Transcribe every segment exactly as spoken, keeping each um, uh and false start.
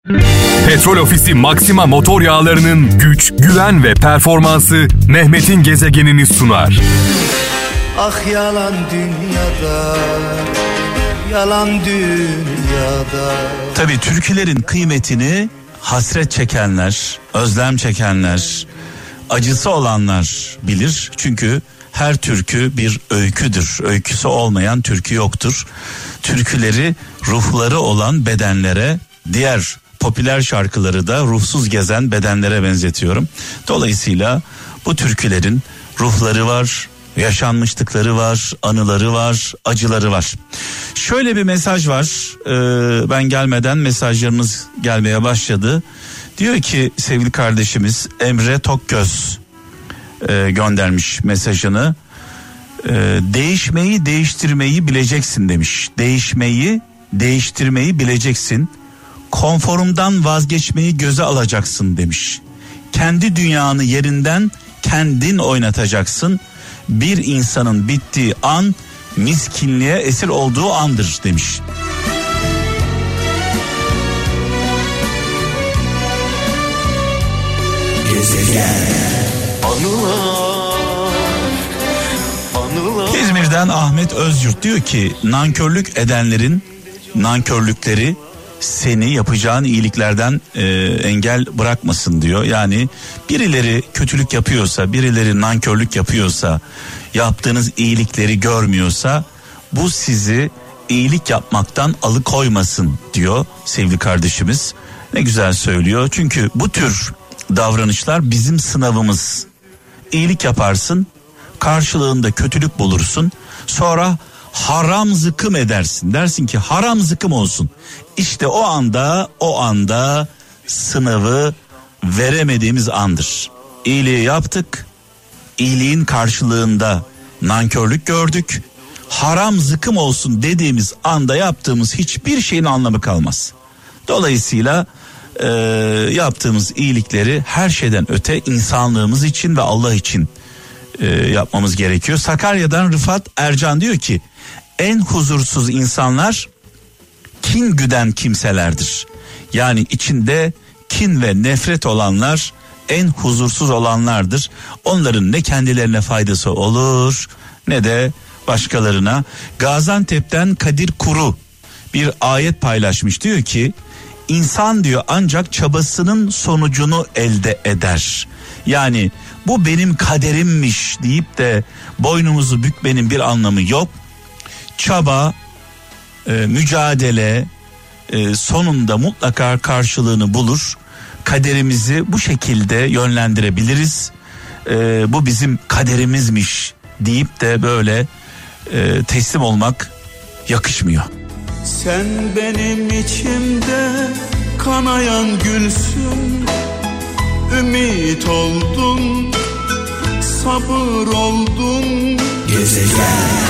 Petrol Ofisi Maxima motor yağlarının güç, güven ve performansı Mehmet'in gezegenini sunar. Ah yalan dünyada, yalan dünyada. Tabii türkülerin kıymetini hasret çekenler, özlem çekenler, acısı olanlar bilir. Çünkü her türkü bir öyküdür. Öyküsü olmayan türkü yoktur. Türküleri ruhları olan bedenlere, diğer popüler şarkıları da ruhsuz gezen bedenlere benzetiyorum. Dolayısıyla bu türkülerin ruhları var, yaşanmışlıkları var, anıları var, acıları var. Şöyle bir mesaj var. Ee, ben gelmeden mesajlarınız gelmeye başladı. Diyor ki sevgili kardeşimiz Emre Tokgöz e, göndermiş mesajını. E, değişmeyi, değiştirmeyi bileceksin demiş. Değişmeyi, değiştirmeyi bileceksin. Konforumdan vazgeçmeyi göze alacaksın demiş. Kendi dünyanı yerinden kendin oynatacaksın. Bir insanın bittiği an miskinliğe esir olduğu andır demiş. İzmir'den Ahmet Özyurt diyor ki nankörlük edenlerin nankörlükleri seni yapacağın iyiliklerden e, engel bırakmasın diyor. Yani birileri kötülük yapıyorsa, birileri nankörlük yapıyorsa, yaptığınız iyilikleri görmüyorsa bu sizi iyilik yapmaktan alıkoymasın diyor sevgili kardeşimiz. Ne güzel söylüyor. Çünkü bu tür davranışlar bizim sınavımız. İyilik yaparsın, karşılığında kötülük bulursun. Sonra haram zıkkım edersin. Dersin ki haram zıkkım olsun. İşte o anda, o anda sınavı veremediğimiz andır. İyiliği yaptık, iyiliğin karşılığında nankörlük gördük. Haram zıkkım olsun dediğimiz anda yaptığımız hiçbir şeyin anlamı kalmaz. Dolayısıyla e, yaptığımız iyilikleri her şeyden öte insanlığımız için ve Allah için e, yapmamız gerekiyor. Sakarya'dan Rıfat Ercan diyor ki en huzursuz insanlar kin güden kimselerdir. Yani içinde kin ve nefret olanlar en huzursuz olanlardır. Onların ne kendilerine faydası olur ne de başkalarına. Gaziantep'ten Kadir Kuru bir ayet paylaşmış, diyor ki insan diyor ancak çabasının sonucunu elde eder. Yani bu benim kaderimmiş deyip de boynumuzu bükmenin bir anlamı yok. Çaba, e, mücadele e, sonunda mutlaka karşılığını bulur. Kaderimizi bu şekilde yönlendirebiliriz. E, bu bizim kaderimizmiş deyip de böyle e, teslim olmak yakışmıyor. Sen benim içimde kanayan gülsün, ümit oldun, sabır oldun. Gezegen.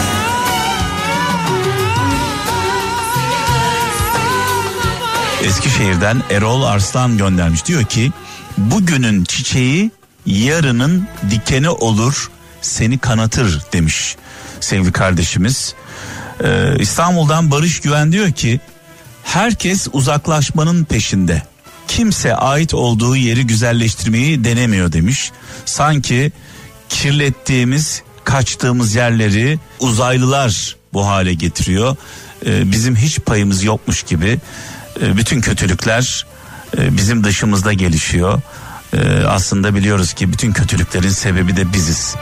Eskişehir'den Erol Arslan göndermiş, diyor ki bugünün çiçeği yarının dikeni olur, seni kanatır demiş sevgili kardeşimiz. Ee, İstanbul'dan Barış Güven diyor ki herkes uzaklaşmanın peşinde, kimse ait olduğu yeri güzelleştirmeyi denemiyor demiş. Sanki kirlettiğimiz, kaçtığımız yerleri uzaylılar bu hale getiriyor. Ee, bizim hiç payımız yokmuş gibi. Bütün kötülükler bizim dışımızda gelişiyor. Aslında biliyoruz ki bütün kötülüklerin sebebi de biziz.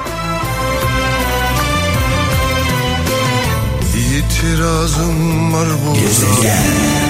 İtirazım var bu. Gezegen.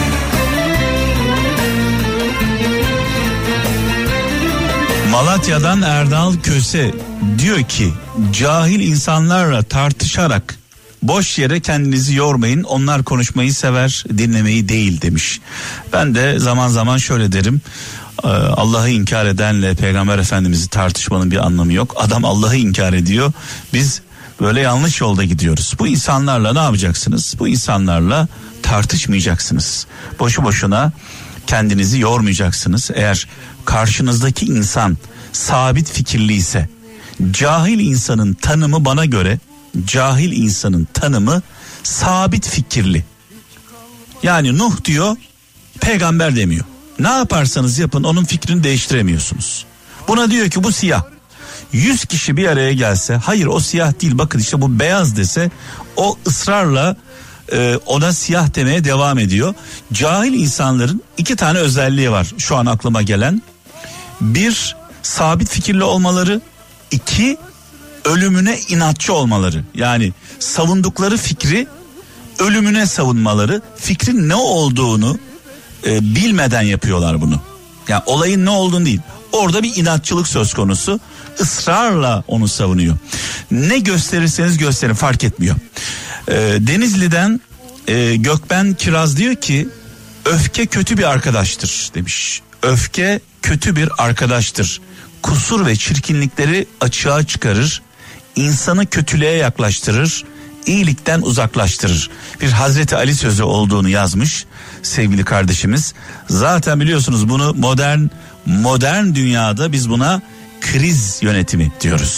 Malatya'dan Erdal Köse diyor ki cahil insanlarla tartışarak boş yere kendinizi yormayın. Onlar konuşmayı sever, dinlemeyi değil demiş. Ben de zaman zaman şöyle derim. Allah'ı inkar edenle Peygamber Efendimiz'i tartışmanın bir anlamı yok. Adam Allah'ı inkar ediyor. Biz böyle yanlış yolda gidiyoruz. Bu insanlarla ne yapacaksınız? Bu insanlarla tartışmayacaksınız. Boşu boşuna kendinizi yormayacaksınız. Eğer karşınızdaki insan sabit fikirliyse, cahil insanın tanımı bana göre, cahil insanın tanımı sabit fikirli. Yani Nuh diyor, peygamber demiyor. Ne yaparsanız yapın onun fikrini değiştiremiyorsunuz. Buna diyor ki bu siyah. Yüz kişi bir araya gelse, hayır o siyah değil bakın işte bu beyaz dese, o ısrarla e, ona siyah demeye devam ediyor. Cahil insanların iki tane özelliği var şu an aklıma gelen. Bir, sabit fikirli olmaları. İki, ölümüne inatçı olmaları. Yani savundukları fikri ölümüne savunmaları. Fikrin ne olduğunu e, bilmeden yapıyorlar bunu. Yani olayın ne olduğunu değil. Orada bir inatçılık söz konusu. Israrla onu savunuyor. Ne gösterirseniz gösterin fark etmiyor. E, Denizli'den e, Gökben Kiraz diyor ki öfke kötü bir arkadaştır demiş. Öfke kötü bir arkadaştır. Kusur ve çirkinlikleri açığa çıkarır. İnsanı kötülüğe yaklaştırır. İyilikten uzaklaştırır. Bir Hazreti Ali sözü olduğunu yazmış sevgili kardeşimiz. Zaten biliyorsunuz bunu modern modern dünyada biz buna kriz yönetimi diyoruz.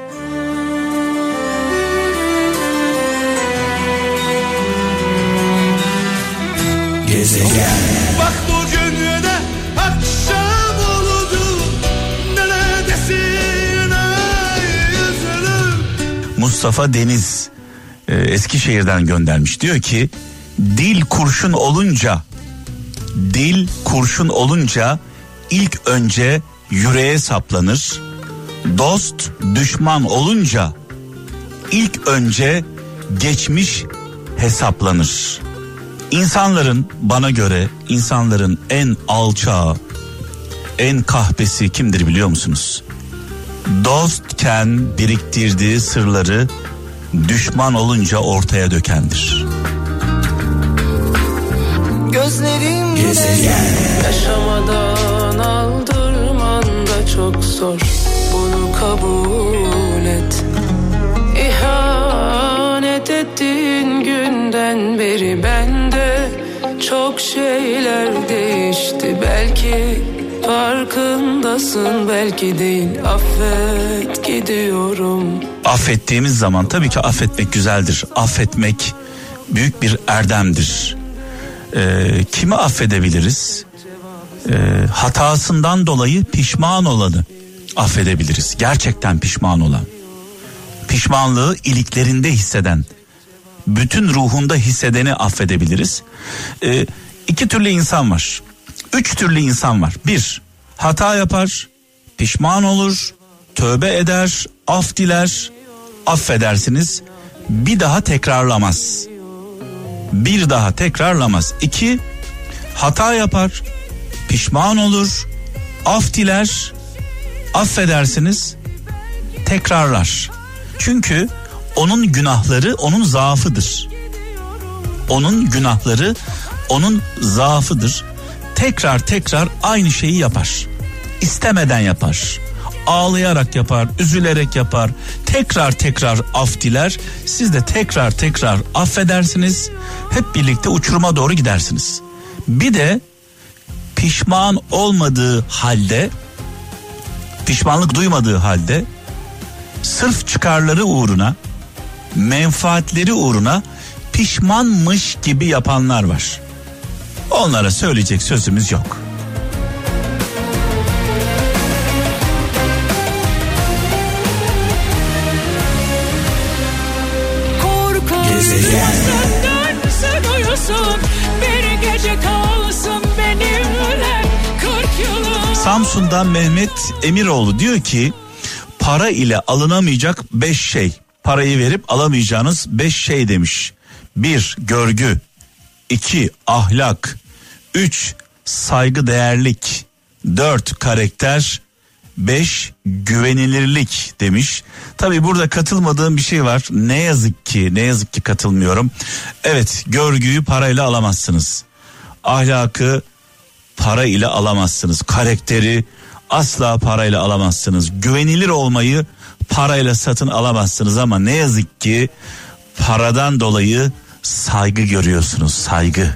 Gezegen. Bak bugün de akşam oldu. Neredesin ey yüzlüm? Mustafa Deniz e, Eskişehir'den göndermiş. Diyor ki dil kurşun olunca dil kurşun olunca ilk önce yüreğe saplanır. Dost düşman olunca ilk önce geçmiş hesaplanır. İnsanların bana göre insanların en alçağı, en kahpesi kimdir biliyor musunuz? Dostken biriktirdiği sırları düşman olunca ortaya dökendir. Gözlerim gezegen. Yaşamadan aldırman da çok zor. Bunu kabul et. İhanet ettiğin günden beri bende çok şeyler değişti. Belki farkındasın, belki değil. Affet gidiyorum. Affettiğimiz zaman tabii ki affetmek güzeldir. Affetmek büyük bir erdemdir. Ee, kimi affedebiliriz? Ee, hatasından dolayı pişman olanı affedebiliriz. Gerçekten pişman olan. Pişmanlığı iliklerinde hisseden, bütün ruhunda hissedeni affedebiliriz. Ee, iki türlü insan var. Üç türlü insan var. Bir, hata yapar, pişman olur, tövbe eder, af diler, affedersiniz. Bir daha tekrarlamaz. Bir daha tekrarlamaz. İki, hata yapar, pişman olur, af diler, affedersiniz, tekrarlar. Çünkü onun günahları onun zaafıdır. Onun günahları onun zaafıdır. Tekrar tekrar aynı şeyi yapar. İstemeden yapar. Ağlayarak yapar, üzülerek yapar. Tekrar tekrar af diler. Siz de tekrar tekrar affedersiniz. Hep birlikte uçuruma doğru gidersiniz. Bir de pişman olmadığı halde, pişmanlık duymadığı halde sırf çıkarları uğruna, menfaatleri uğruna pişmanmış gibi yapanlar var. Onlara söyleyecek sözümüz yok. Samsun'dan Mehmet Emiroğlu diyor ki para ile alınamayacak beş şey. Parayı verip alamayacağınız beş şey demiş. Bir, görgü. İki, ahlak. Üç, saygıdeğerlik. Dört, karakter. Beş, güvenilirlik demiş. Tabii burada katılmadığım bir şey var. Ne yazık ki, ne yazık ki katılmıyorum. Evet, görgüyü parayla alamazsınız. Ahlakı para ile alamazsınız. Karakteri asla parayla alamazsınız. Güvenilir olmayı parayla satın alamazsınız ama ne yazık ki paradan dolayı saygı görüyorsunuz, saygı.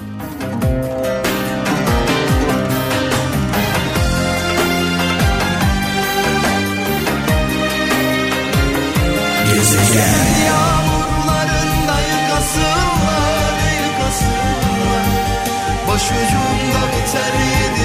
Gezegen. Yağmurlarında yıkasınlar, yıkasınlar. Başucumda biter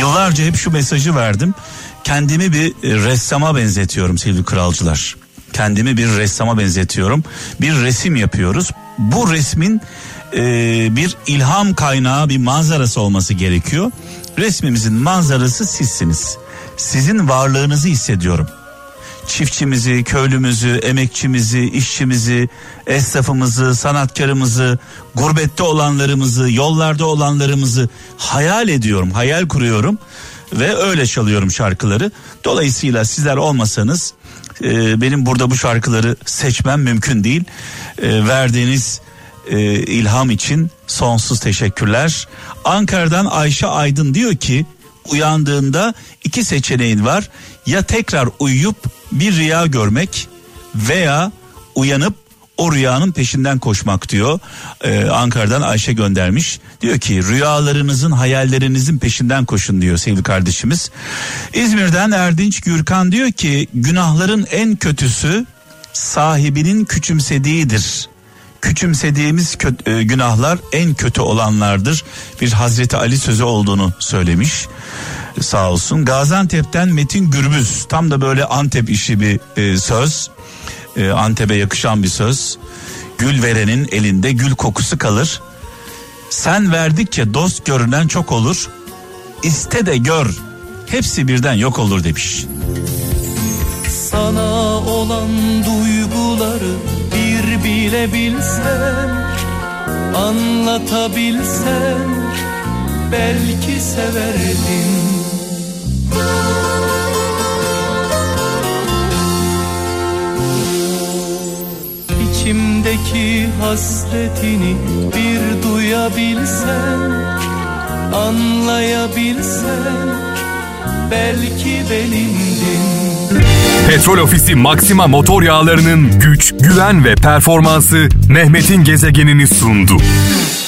Yıllarca hep şu mesajı verdim. Kendimi bir ressama benzetiyorum sevgili kralcılar. Kendimi bir ressama benzetiyorum. Bir resim yapıyoruz. Bu resmin e, bir ilham kaynağı, bir manzarası olması gerekiyor. Resmimizin manzarası sizsiniz. Sizin varlığınızı hissediyorum. Çiftçimizi, köylümüzü, emekçimizi, işçimizi, esnafımızı, sanatkarımızı, gurbette olanlarımızı, yollarda olanlarımızı hayal ediyorum, hayal kuruyorum ve öyle çalıyorum şarkıları. Dolayısıyla sizler olmasanız e, benim burada bu şarkıları seçmem mümkün değil. E, verdiğiniz e, ilham için sonsuz teşekkürler. Ankara'dan Ayşe Aydın diyor ki, uyandığında iki seçeneğin var. Ya tekrar uyuyup bir rüya görmek veya uyanıp o rüyanın peşinden koşmak diyor. Ee, Ankara'dan Ayşe göndermiş. Diyor ki rüyalarınızın, hayallerinizin peşinden koşun diyor sevgili kardeşimiz. İzmir'den Erdinç Gürkan diyor ki günahların en kötüsü sahibinin küçümsediğidir. Küçümsediğimiz kötü, e, günahlar en kötü olanlardır. Bir Hazreti Ali sözü olduğunu söylemiş. Sağ olsun. Gaziantep'ten Metin Gürbüz, tam da böyle Antep işi bir e, söz. E, Antep'e yakışan bir söz. Gül verenin elinde gül kokusu kalır. Sen verdikçe dost görünen çok olur. İste de gör, hepsi birden yok olur demiş. Sana olan duyguları bir bilebilsem, anlatabilsem belki severdin. İçimdeki hasretini bir duyabilsem, anlayabilsem belki benimdin. Petrol Ofisi Maxima motor yağlarının güç, güven ve performansı Mehmet'in gezegenini sundu.